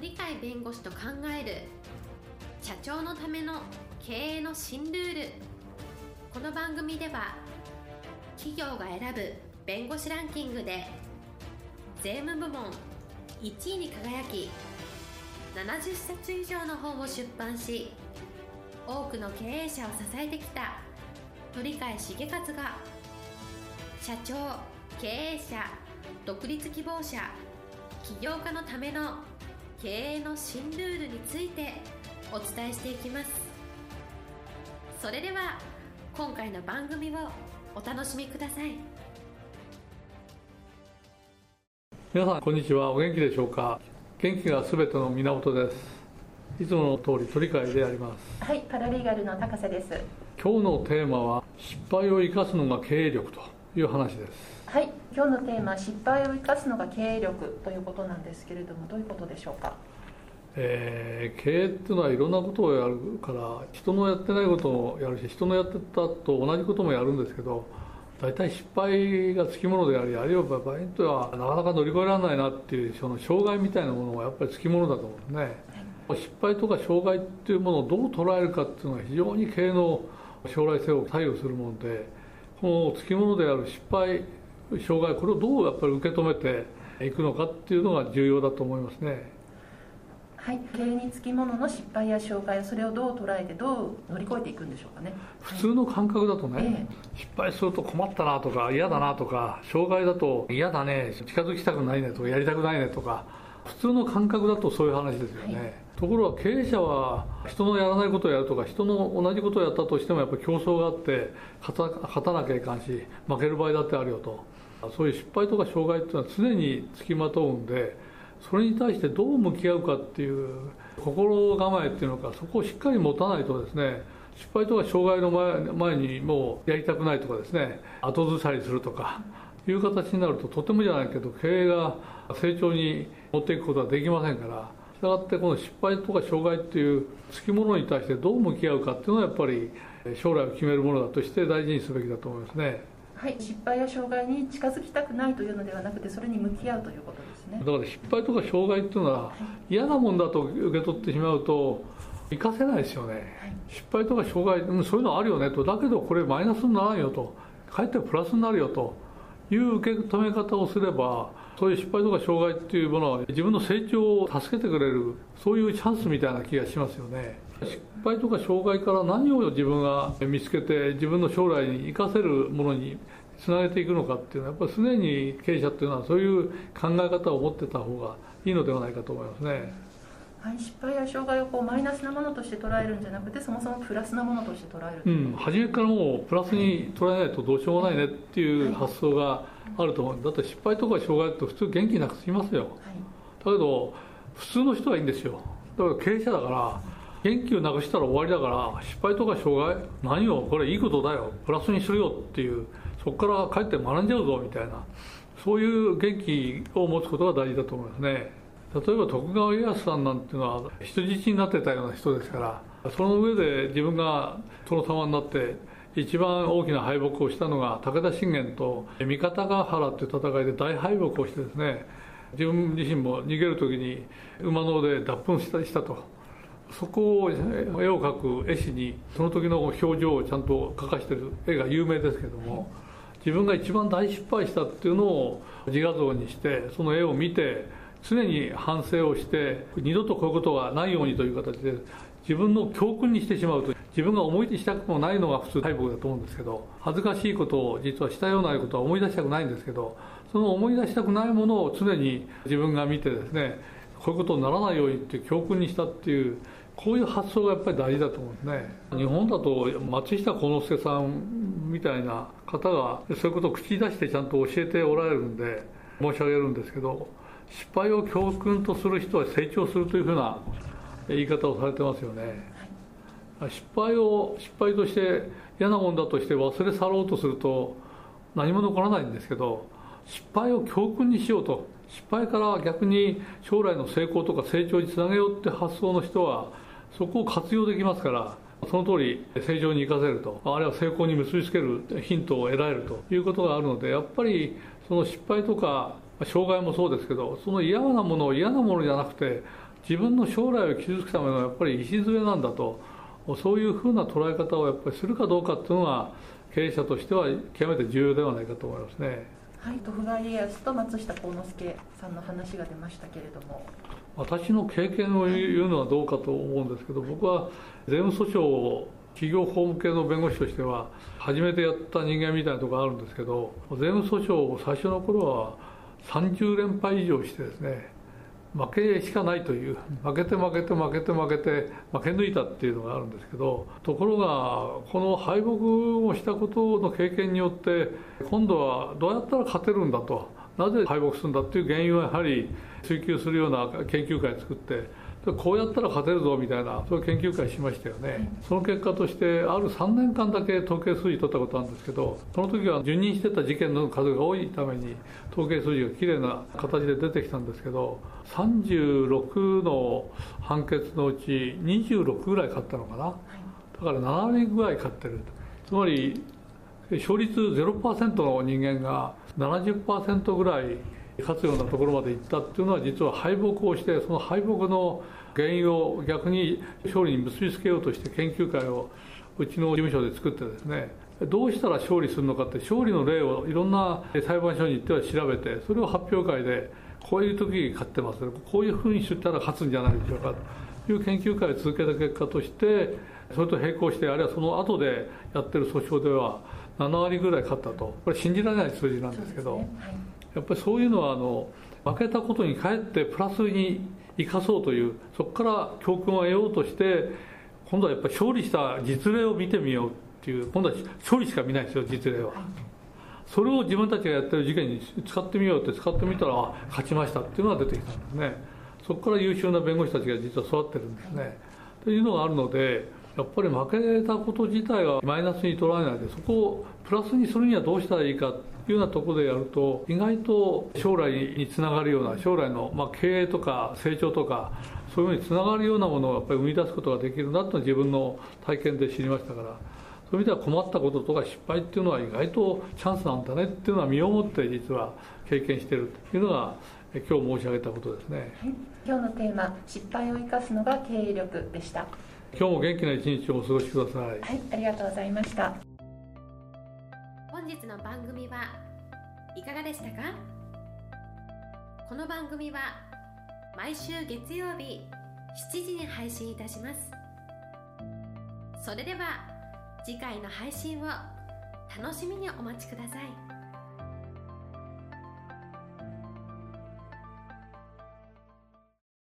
鳥飼弁護士と考える社長のための経営の新ルール。この番組では企業が選ぶ弁護士ランキングで税務部門1位に輝き、70冊以上の本を出版し、多くの経営者を支えてきた鳥飼茂勝が、社長、経営者、独立希望者、起業家のための経営の新ルールについてお伝えしていきます。それでは今回の番組をお楽しみください。 皆さんこんにちは。お元気でしょうか。元気がすべての源です。いつもの通り鳥飼であります。 はい、パラリーガルの高瀬です。 今日のテーマは失敗を生かすのが経営力という話です。 はい、今日のテーマは失敗を生かすのが経営力ということなんですけれども、どういうことでしょうか。 経営っていうのはいろんなことをやるから、人のやってないこともやるし、人のやってたと同じこともやるんですけど、大体失敗がつきものであり、あるいは場合によってはなかなか乗り越えられないなっていうその障害みたいなものがやっぱりつきものだと思うんですね。失敗とか障害っていうものをどう捉えるかっていうのが非常に経営の将来性を左右するもので、このつきものである失敗、障害、これをどうやっぱり受け止めていくのかっていうのが重要だと思いますね。 はい、経営につきものの失敗や障害、それをどう捉えてどう乗り越えていくんでしょうかね。 普通の感覚だとね、失敗すると困ったなとか嫌だなとか、障害だと嫌だね、近づきたくないねとかやりたくないねとか、普通の感覚だとそういう話ですよね。はい、ところが経営者は人のやらないことをやるとか、人の同じことをやったとしてもやっぱり競争があって勝たなきゃいかんし、負ける場合だってあるよと。そういう失敗とか障害っていうのは常につきまとうんで、それに対してどう向き合うかっていう心構えっていうのか、そこをしっかり持たないとですね、失敗とか障害の前にもうやりたくないとかですね、後ずさりするとかいう形になると、とてもじゃないけど経営が成長に持っていくことはできませんから、したがってこの失敗とか障害っていうつきものに対してどう向き合うかっていうのはやっぱり将来を決めるものだとして大事にすべきだと思いますね。 はい、失敗や障害に近づきたくないというのではなくて、それに向き合うということですね。 だから失敗とか障害っていうのは嫌なもんだと受け取ってしまうと生かせないですよね。はい、失敗とか障害、そういうのあるよねと、だけどこれマイナスにならんよと、かえってプラスになるよという受け止め方をすれば、そういう失敗とか障害っていうものは自分の成長を助けてくれる、そういうチャンスみたいな気がしますよね。失敗とか障害から何を自分が見つけて自分の将来に生かせるものにつなげていくのかっていうのは、やっぱり常に経営者っていうのはそういう考え方を持ってた方がいいのではないかと思いますね。 はい、失敗や障害をマイナスなものとして捉えるんじゃなくて、そもそもプラスなものとして捉える、 初めからもうプラスに捉えないとどうしようもないねっていう発想があると思う。だって失敗とか障害って普通元気なくすぎますよ。はい、だけど普通の人はいいんですよ。だから経営者だから元気をなくしたら終わりだから、失敗とか障害何よこれいいことだよ、プラスにするよっていう、そこから帰って学んじゃうぞみたいな、そういう元気を持つことが大事だと思いますね。例えば徳川家康さんなんていうのは人質になってたような人ですから、その上で自分が殿様になって一番大きな敗北をしたのが武田信玄と三方ヶ原という戦いで大敗北をしてですね、自分自身も逃げる時に馬の上で脱糞したと。そこを絵を描く絵師にその時の表情をちゃんと描かしている絵が有名ですけども、自分が一番大失敗したっていうのを自画像にして、その絵を見て常に反省をして、二度とこういうことがないようにという形で自分の教訓にしてしまうと、自分が思い出したくもないのが普通敗北だと思うんですけど、恥ずかしいことを実はしたようなことは思い出したくないんですけど、その思い出したくないものを常に自分が見てですね、こういうことにならないようにっていう教訓にしたっていう、こういう発想がやっぱり大事だと思うんですね。日本だと松下幸之助さんみたいな方がそういうことを口に出してちゃんと教えておられるんで申し上げるんですけど、失敗を教訓とする人は成長するというふうな言い方をされてますよね。失敗を失敗として嫌なもんだとして忘れ去ろうとすると何も残らないんですけど、失敗を教訓にしようと、失敗から逆に将来の成功とか成長につなげようって発想の人はそこを活用できますから、その通り成長に生かせると、あるいは成功に結びつけるヒントを得られるということがあるので、やっぱりその失敗とか障害もそうですけど、その嫌なものを嫌なものじゃなくて自分の将来を築くためのやっぱり礎なんだと、そういうふうな捉え方をやっぱりするかどうかっていうのが経営者としては極めて重要ではないかと思いますね。 はい、徳川家康と松下幸之助さんの話が出ましたけれども、 私の経験を言うのはどうかと思うんですけど、僕は税務訴訟を企業法務系の弁護士としては初めてやった人間みたいなところがあるんですけど、税務訴訟を最初の頃は30連敗以上してですね、負けしかないという、負けて負けて負けて負けて負け抜いたっていうのがあるんですけど、ところがこの敗北をしたことの経験によって今度はどうやったら勝てるんだと、なぜ敗北するんだっていう原因をやはり追求するような研究会を作って、こうやったら勝てるぞみたいな、そういう研究会しましたよね。その結果としてある3年間だけ統計数字取ったことあるんですけど、その時は受任してた事件の数が多いために統計数字がきれいな形で出てきたんですけど、36の判決のうち26ぐらい勝ったのかな、だから7割ぐらい勝ってる。つまり勝率 0% の人間が 70% ぐらい勝つようなところまで行ったっていうのは、実は敗北をして、その敗北の原因を逆に勝利に結びつけようとして研究会をうちの事務所で作ってですね、どうしたら勝利するのかって、勝利の例をいろんな裁判所に行っては調べて、それを発表会でこういう時勝ってます、こういうふうにしたら勝つんじゃないでしょうかという研究会を続けた結果として、それと並行して、あるいはその後でやってる訴訟では7割ぐらい勝ったと、これ信じられない数字なんですけど、やっぱりそういうのは負けたことにかえってプラスに生かそうという、そこから教訓を得ようとして、今度はやっぱり勝利した実例を見てみようっていう、今度は勝利しか見ないんですよ、実例は。それを自分たちがやってる事件に使ってみようって使ってみたら、勝ちましたっていうのが出てきたんですね。そこから優秀な弁護士たちが実は育ってるんですね。というのがあるので、やっぱり負けたこと自体はマイナスに捉えないで、そこをプラスにするにはどうしたらいいかというようなところでやると、意外と将来につながるような、将来の経営とか成長とか、そういうふうにつながるようなものをやっぱり生み出すことができるなと自分の体験で知りましたから、そういう意味では困ったこととか失敗っていうのは意外とチャンスなんだねっていうのは身をもって実は経験しているというのが今日申し上げたことですね。 今日のテーマ、失敗を生かすのが経営力でした。 今日も元気な一日をお過ごしください。 はい、ありがとうございました。 本日の番組はいかがでしたか？この番組は毎週月曜日7時に配信いたします。それでは次回の配信を楽しみにお待ちください。